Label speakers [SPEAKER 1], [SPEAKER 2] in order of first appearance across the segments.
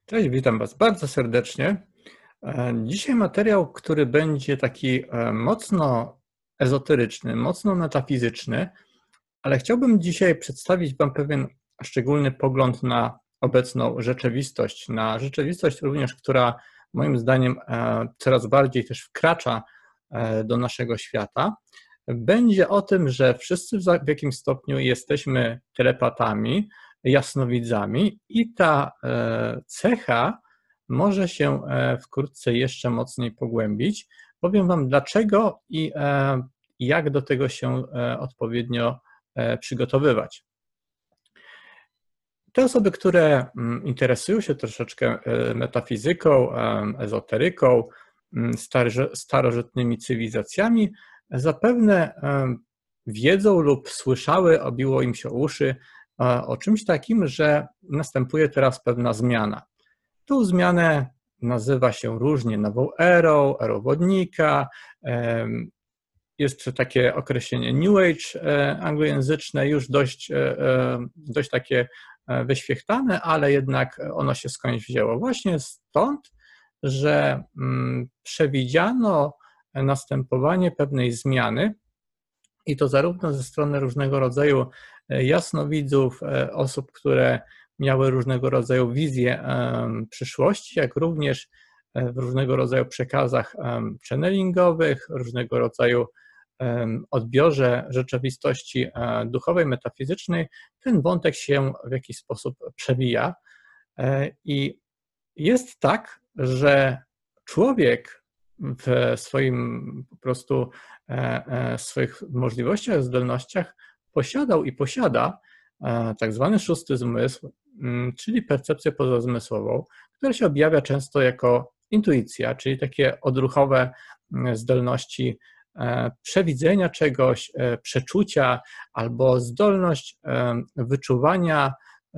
[SPEAKER 1] Cześć, witam Was bardzo serdecznie. Dzisiaj materiał, który będzie taki mocno ezoteryczny, mocno metafizyczny, ale chciałbym dzisiaj przedstawić Wam pewien szczególny pogląd na obecną rzeczywistość, na rzeczywistość również, która moim zdaniem coraz bardziej też wkracza do naszego świata. Będzie o tym, że wszyscy w jakimś stopniu jesteśmy telepatami, jasnowidzami i ta cecha może się wkrótce jeszcze mocniej pogłębić. Powiem Wam dlaczego i jak do tego się odpowiednio przygotowywać. Te osoby, które interesują się troszeczkę metafizyką, ezoteryką, starożytnymi cywilizacjami, zapewne wiedzą lub słyszały, obiło im się uszy o czymś takim, że następuje teraz pewna zmiana. Tą zmianę nazywa się różnie nową erą wodnika, jest takie określenie New Age anglojęzyczne, już dość takie wyświechtane, ale jednak ono się skądś wzięło. Właśnie stąd, że przewidziano następowanie pewnej zmiany i to zarówno ze strony różnego rodzaju jasnowidzów, osób, które miały różnego rodzaju wizje przyszłości, jak również w różnego rodzaju przekazach channelingowych, różnego rodzaju odbiorze rzeczywistości duchowej, metafizycznej, ten wątek się w jakiś sposób przewija. I jest tak, że człowiek w swoim po prostu swoich możliwościach, zdolnościach posiadał i posiada tak zwany szósty zmysł, czyli percepcję pozazmysłową, która się objawia często jako intuicja, czyli takie odruchowe zdolności przewidzenia czegoś, przeczucia albo zdolność wyczuwania,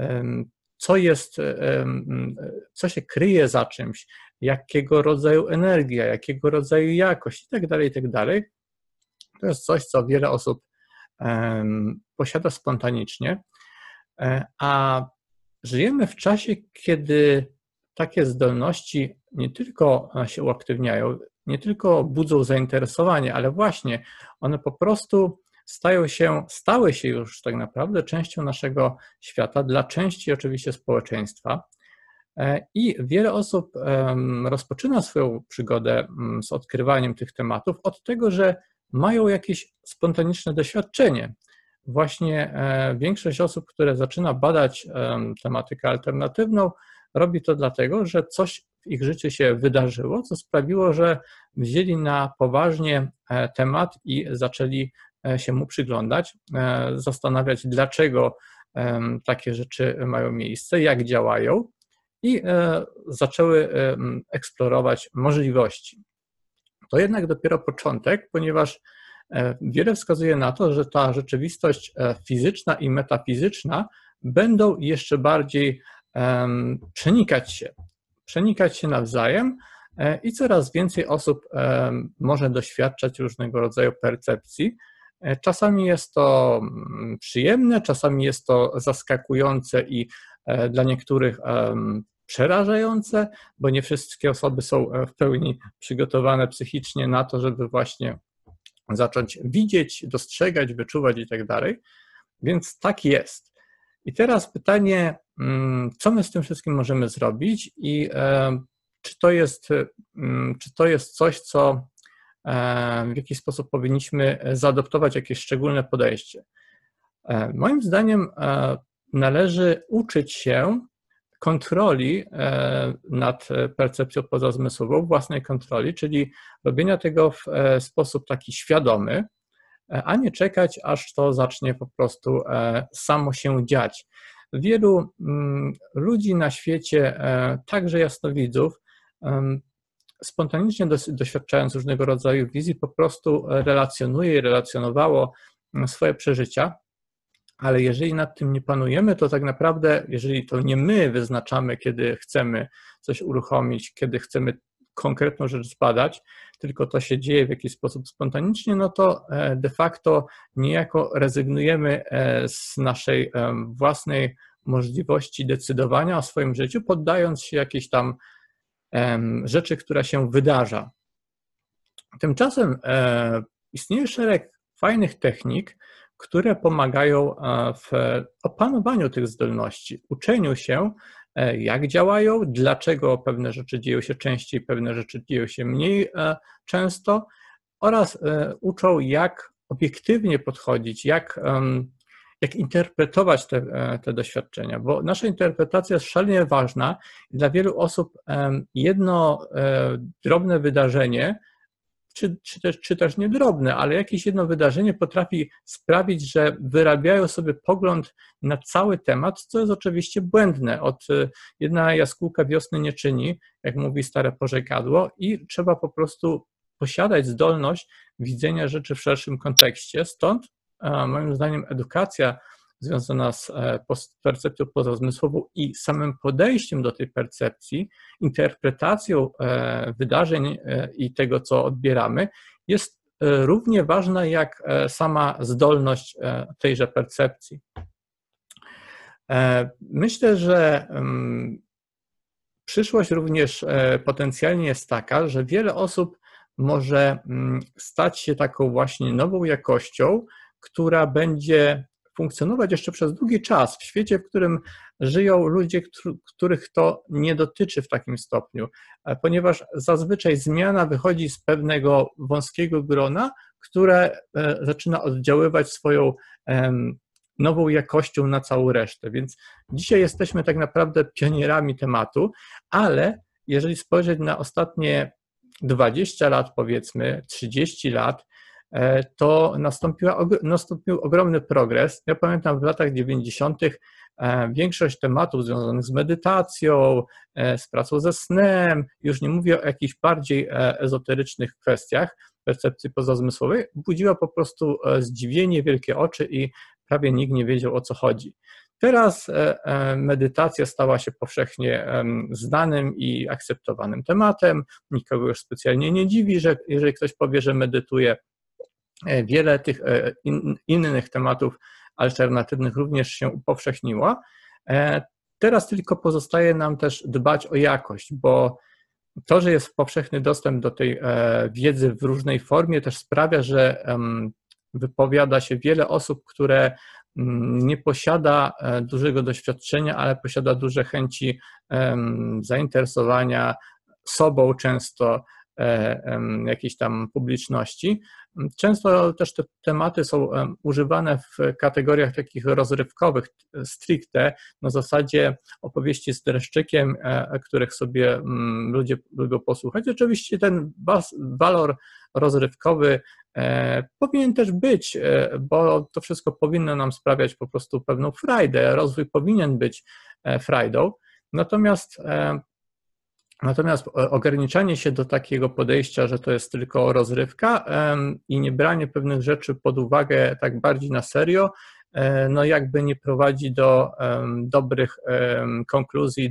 [SPEAKER 1] co się kryje za czymś, jakiego rodzaju energia, jakiego rodzaju jakość itd., itd. To jest coś, co wiele osób posiada spontanicznie, a żyjemy w czasie, kiedy takie zdolności nie tylko się uaktywniają, nie tylko budzą zainteresowanie, ale właśnie one po prostu stały się już tak naprawdę częścią naszego świata, dla części oczywiście społeczeństwa. I wiele osób rozpoczyna swoją przygodę z odkrywaniem tych tematów od tego, że mają jakieś spontaniczne doświadczenie. Właśnie większość osób, które zaczyna badać tematykę alternatywną, robi to dlatego, że coś w ich życiu się wydarzyło, co sprawiło, że wzięli na poważnie temat i zaczęli się mu przyglądać, zastanawiać, dlaczego takie rzeczy mają miejsce, jak działają i zaczęły eksplorować możliwości. To jednak dopiero początek, ponieważ wiele wskazuje na to, że ta rzeczywistość fizyczna i metafizyczna będą jeszcze bardziej przenikać się nawzajem i coraz więcej osób może doświadczać różnego rodzaju percepcji. Czasami jest to przyjemne, czasami jest to zaskakujące i dla niektórych przerażające, bo nie wszystkie osoby są w pełni przygotowane psychicznie na to, żeby właśnie zacząć widzieć, dostrzegać, wyczuwać i tak dalej. Więc tak jest. I teraz pytanie, co my z tym wszystkim możemy zrobić i czy to jest coś, co w jakiś sposób powinniśmy zaadoptować, jakieś szczególne podejście. Moim zdaniem należy uczyć się kontroli nad percepcją pozazmysłową, własnej kontroli, czyli robienia tego w sposób taki świadomy, a nie czekać, aż to zacznie po prostu samo się dziać. Wielu ludzi na świecie, także jasnowidzów, spontanicznie doświadczając różnego rodzaju wizji, po prostu relacjonuje i relacjonowało swoje przeżycia, ale jeżeli nad tym nie panujemy, to tak naprawdę, jeżeli to nie my wyznaczamy, kiedy chcemy coś uruchomić, kiedy chcemy konkretną rzecz zbadać, tylko to się dzieje w jakiś sposób spontanicznie, no to de facto niejako rezygnujemy z naszej własnej możliwości decydowania o swoim życiu, poddając się jakiejś tam rzeczy, która się wydarza. Tymczasem istnieje szereg fajnych technik, które pomagają w opanowaniu tych zdolności, uczeniu się, jak działają, dlaczego pewne rzeczy dzieją się częściej, pewne rzeczy dzieją się mniej często oraz uczą, jak obiektywnie podchodzić, jak interpretować te doświadczenia, bo nasza interpretacja jest szalenie ważna i dla wielu osób jedno drobne wydarzenie, czy też nie drobne, ale jakieś jedno wydarzenie potrafi sprawić, że wyrabiają sobie pogląd na cały temat, co jest oczywiście błędne. Jedna jaskółka wiosny nie czyni, jak mówi stare porzekadło, i trzeba po prostu posiadać zdolność widzenia rzeczy w szerszym kontekście. Stąd moim zdaniem edukacja związana z percepcją pozazmysłową i samym podejściem do tej percepcji, interpretacją wydarzeń i tego, co odbieramy, jest równie ważna jak sama zdolność tejże percepcji. Myślę, że przyszłość również potencjalnie jest taka, że wiele osób może stać się taką właśnie nową jakością, która będzie funkcjonować jeszcze przez długi czas w świecie, w którym żyją ludzie, których to nie dotyczy w takim stopniu, ponieważ zazwyczaj zmiana wychodzi z pewnego wąskiego grona, które zaczyna oddziaływać swoją nową jakością na całą resztę. Więc dzisiaj jesteśmy tak naprawdę pionierami tematu, ale jeżeli spojrzeć na ostatnie 20 lat, powiedzmy 30 lat, to nastąpił ogromny progres. Ja pamiętam w latach 90. większość tematów związanych z medytacją, z pracą ze snem, już nie mówię o jakichś bardziej ezoterycznych kwestiach percepcji pozazmysłowej, budziła po prostu zdziwienie, wielkie oczy i prawie nikt nie wiedział, o co chodzi. Teraz medytacja stała się powszechnie znanym i akceptowanym tematem. Nikogo już specjalnie nie dziwi, że jeżeli ktoś powie, że medytuje. Wiele tych innych tematów alternatywnych również się upowszechniło. Teraz tylko pozostaje nam też dbać o jakość, bo to, że jest powszechny dostęp do tej wiedzy w różnej formie, też sprawia, że wypowiada się wiele osób, które nie posiada dużego doświadczenia, ale posiada duże chęci zainteresowania sobą, często jakiejś tam publiczności. Często też te tematy są używane w kategoriach takich rozrywkowych, stricte, na zasadzie opowieści z dreszczykiem, których sobie ludzie lubią posłuchać. Oczywiście ten walor rozrywkowy powinien też być, bo to wszystko powinno nam sprawiać po prostu pewną frajdę, rozwój powinien być frajdą, natomiast ograniczanie się do takiego podejścia, że to jest tylko rozrywka i nie branie pewnych rzeczy pod uwagę tak bardziej na serio, no jakby nie prowadzi do dobrych konkluzji,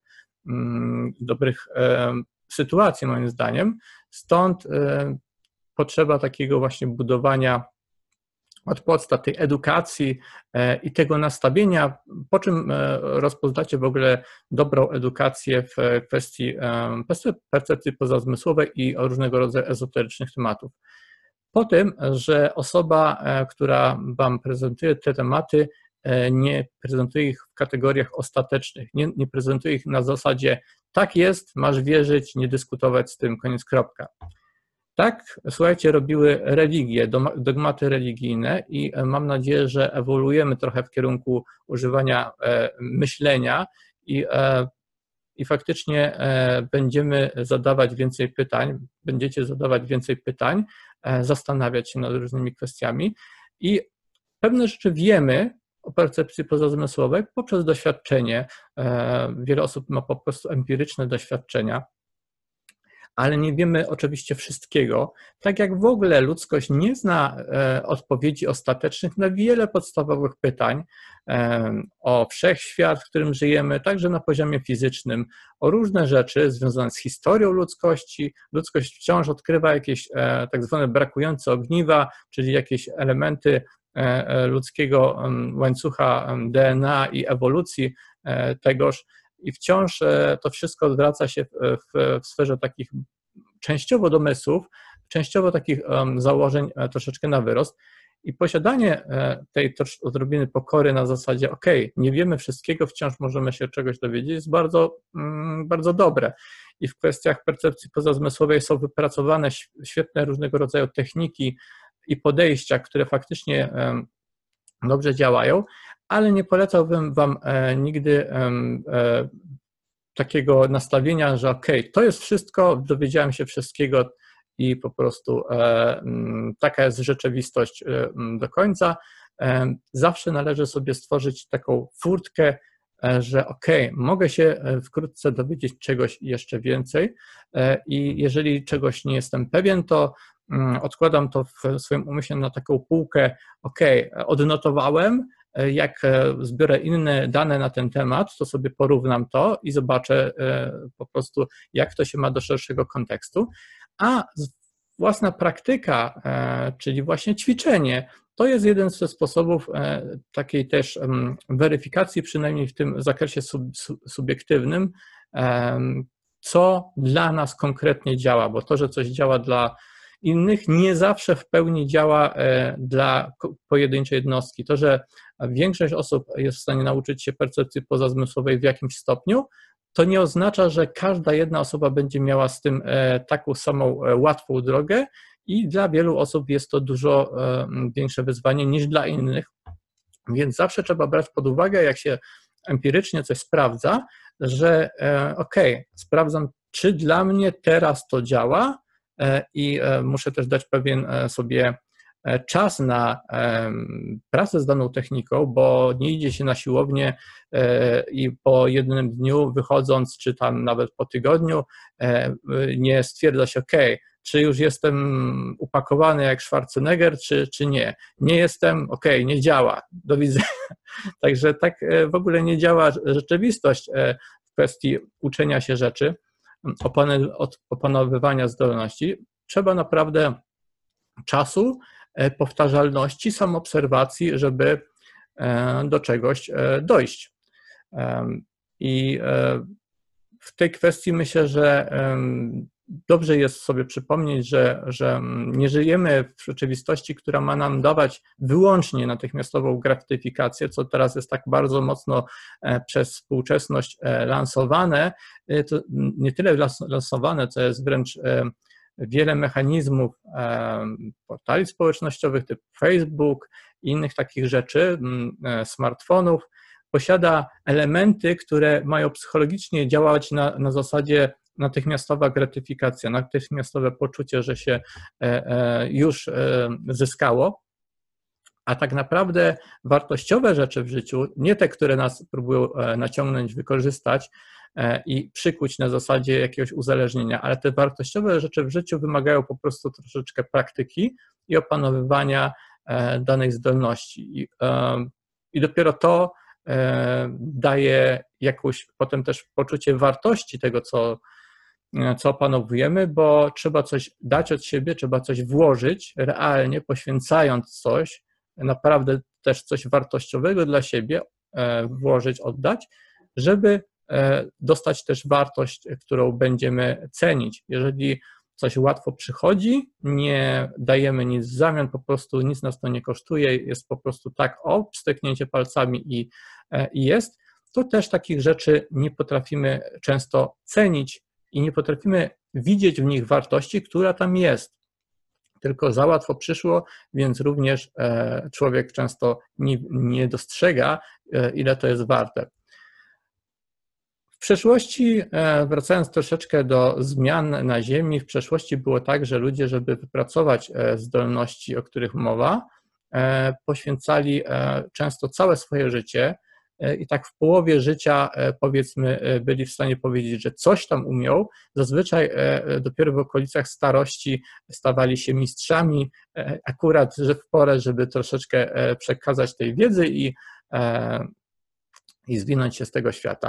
[SPEAKER 1] dobrych sytuacji moim zdaniem. Stąd potrzeba takiego właśnie budowania od podstaw tej edukacji i tego nastawienia, po czym rozpoznacie w ogóle dobrą edukację w kwestii percepcji pozazmysłowej i różnego rodzaju ezoterycznych tematów. Po tym, że osoba, która Wam prezentuje te tematy, nie prezentuje ich w kategoriach ostatecznych, nie prezentuje ich na zasadzie tak jest, masz wierzyć, nie dyskutować z tym, koniec, kropka. Tak, słuchajcie, robiły religie, dogmaty religijne i mam nadzieję, że ewoluujemy trochę w kierunku używania myślenia i faktycznie będziemy zadawać więcej pytań, będziecie zadawać więcej pytań, zastanawiać się nad różnymi kwestiami i pewne rzeczy wiemy o percepcji pozazmysłowej poprzez doświadczenie. Wiele osób ma po prostu empiryczne doświadczenia, ale nie wiemy oczywiście wszystkiego. Tak jak w ogóle ludzkość nie zna odpowiedzi ostatecznych na wiele podstawowych pytań o wszechświat, w którym żyjemy, także na poziomie fizycznym, o różne rzeczy związane z historią ludzkości. Ludzkość wciąż odkrywa jakieś tak zwane brakujące ogniwa, czyli jakieś elementy ludzkiego łańcucha DNA i ewolucji tegoż i wciąż to wszystko odwraca się w sferze takich częściowo domysłów, częściowo takich założeń troszeczkę na wyrost i posiadanie tej odrobiny pokory na zasadzie nie wiemy wszystkiego, wciąż możemy się czegoś dowiedzieć, jest bardzo, bardzo dobre. I w kwestiach percepcji pozazmysłowej są wypracowane świetne różnego rodzaju techniki i podejścia, które faktycznie dobrze działają, ale nie polecałbym Wam nigdy takiego nastawienia, że to jest wszystko, dowiedziałem się wszystkiego i po prostu taka jest rzeczywistość do końca. Zawsze należy sobie stworzyć taką furtkę, że mogę się wkrótce dowiedzieć czegoś jeszcze więcej i jeżeli czegoś nie jestem pewien, to odkładam to w swoim umyśle na taką półkę, odnotowałem, jak zbiorę inne dane na ten temat, to sobie porównam to i zobaczę po prostu, jak to się ma do szerszego kontekstu, a własna praktyka, czyli właśnie ćwiczenie, to jest jeden ze sposobów takiej też weryfikacji, przynajmniej w tym zakresie subiektywnym, co dla nas konkretnie działa, bo to, że coś działa dla innych, nie zawsze w pełni działa dla pojedynczej jednostki. To, że większość osób jest w stanie nauczyć się percepcji pozazmysłowej w jakimś stopniu, to nie oznacza, że każda jedna osoba będzie miała z tym taką samą łatwą drogę i dla wielu osób jest to dużo większe wyzwanie niż dla innych, więc zawsze trzeba brać pod uwagę, jak się empirycznie coś sprawdza, że sprawdzam, czy dla mnie teraz to działa i muszę też dać pewien sobie czas na pracę z daną techniką, bo nie idzie się na siłownię i po jednym dniu wychodząc, czy tam nawet po tygodniu, nie stwierdza się, czy już jestem upakowany jak Schwarzenegger, czy nie. Nie jestem, nie działa, do widzenia. Także tak w ogóle nie działa rzeczywistość w kwestii uczenia się rzeczy, opanowywania zdolności. Trzeba naprawdę czasu, powtarzalności, samoobserwacji, żeby do czegoś dojść. I w tej kwestii myślę, że dobrze jest sobie przypomnieć, że nie żyjemy w rzeczywistości, która ma nam dawać wyłącznie natychmiastową gratyfikację, co teraz jest tak bardzo mocno przez współczesność lansowane. To nie tyle lansowane, co jest wręcz wiele mechanizmów portali społecznościowych typu Facebook i innych takich rzeczy, smartfonów, posiada elementy, które mają psychologicznie działać na zasadzie natychmiastowa gratyfikacja, natychmiastowe poczucie, że się już zyskało, a tak naprawdę wartościowe rzeczy w życiu, nie te, które nas próbują naciągnąć, wykorzystać i przykuć na zasadzie jakiegoś uzależnienia, ale te wartościowe rzeczy w życiu wymagają po prostu troszeczkę praktyki i opanowywania danych zdolności. I dopiero to daje jakąś potem też poczucie wartości tego, co opanowujemy, bo trzeba coś dać od siebie, trzeba coś włożyć realnie, poświęcając coś, naprawdę też coś wartościowego dla siebie włożyć, oddać, żeby dostać też wartość, którą będziemy cenić. Jeżeli coś łatwo przychodzi, nie dajemy nic w zamian, po prostu nic nas to nie kosztuje, jest po prostu tak, pstryknięcie palcami i jest, to też takich rzeczy nie potrafimy często cenić i nie potrafimy widzieć w nich wartości, która tam jest. Tylko za łatwo przyszło, więc również człowiek często nie dostrzega, ile to jest warte. W przeszłości, wracając troszeczkę do zmian na Ziemi, w przeszłości było tak, że ludzie, żeby wypracować zdolności, o których mowa, poświęcali często całe swoje życie i tak w połowie życia, powiedzmy, byli w stanie powiedzieć, że coś tam umią. Zazwyczaj dopiero w okolicach starości stawali się mistrzami, akurat że w porę, żeby troszeczkę przekazać tej wiedzy i zwinąć się z tego świata.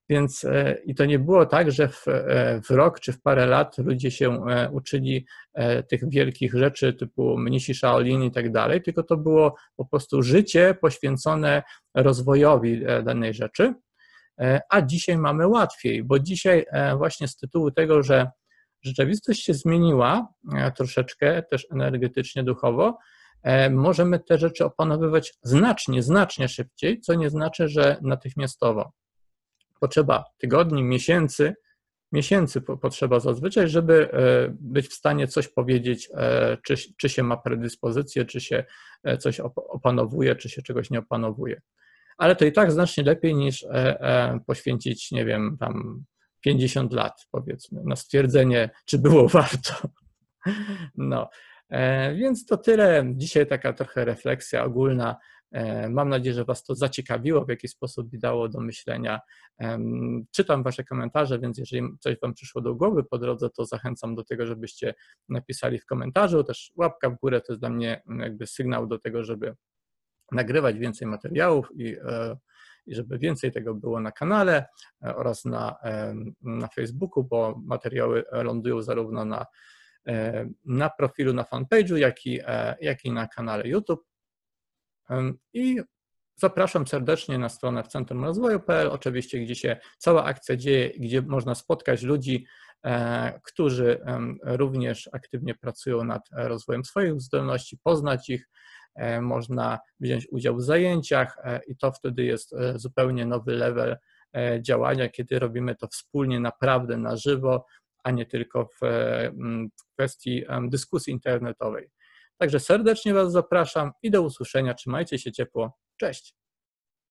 [SPEAKER 1] Więc i to nie było tak, że w rok czy w parę lat ludzie się uczyli tych wielkich rzeczy typu mnisi Shaolin i tak dalej, tylko to było po prostu życie poświęcone rozwojowi danej rzeczy, a dzisiaj mamy łatwiej, bo dzisiaj właśnie z tytułu tego, że rzeczywistość się zmieniła troszeczkę też energetycznie, duchowo, możemy te rzeczy opanowywać znacznie szybciej, co nie znaczy, że natychmiastowo. Potrzeba tygodni, miesięcy potrzeba zazwyczaj, żeby być w stanie coś powiedzieć, czy się ma predyspozycję, czy się coś opanowuje, czy się czegoś nie opanowuje. Ale to i tak znacznie lepiej niż poświęcić, nie wiem, tam 50 lat, powiedzmy, na stwierdzenie, czy było warto. No, więc to tyle. Dzisiaj taka trochę refleksja ogólna. Mam nadzieję, że Was to zaciekawiło, w jaki sposób mi dało do myślenia. Czytam Wasze komentarze, więc jeżeli coś Wam przyszło do głowy po drodze, to zachęcam do tego, żebyście napisali w komentarzu. Też łapka w górę to jest dla mnie jakby sygnał do tego, żeby nagrywać więcej materiałów i żeby więcej tego było na kanale oraz na Facebooku, bo materiały lądują zarówno na profilu, na fanpage'u, jak i na kanale YouTube. I zapraszam serdecznie na stronę w centrumrozwoju.pl, oczywiście, gdzie się cała akcja dzieje, gdzie można spotkać ludzi, którzy również aktywnie pracują nad rozwojem swoich zdolności, poznać ich, można wziąć udział w zajęciach i to wtedy jest zupełnie nowy level działania, kiedy robimy to wspólnie, naprawdę na żywo, a nie tylko w kwestii dyskusji internetowej. Także serdecznie Was zapraszam i do usłyszenia. Trzymajcie się ciepło. Cześć!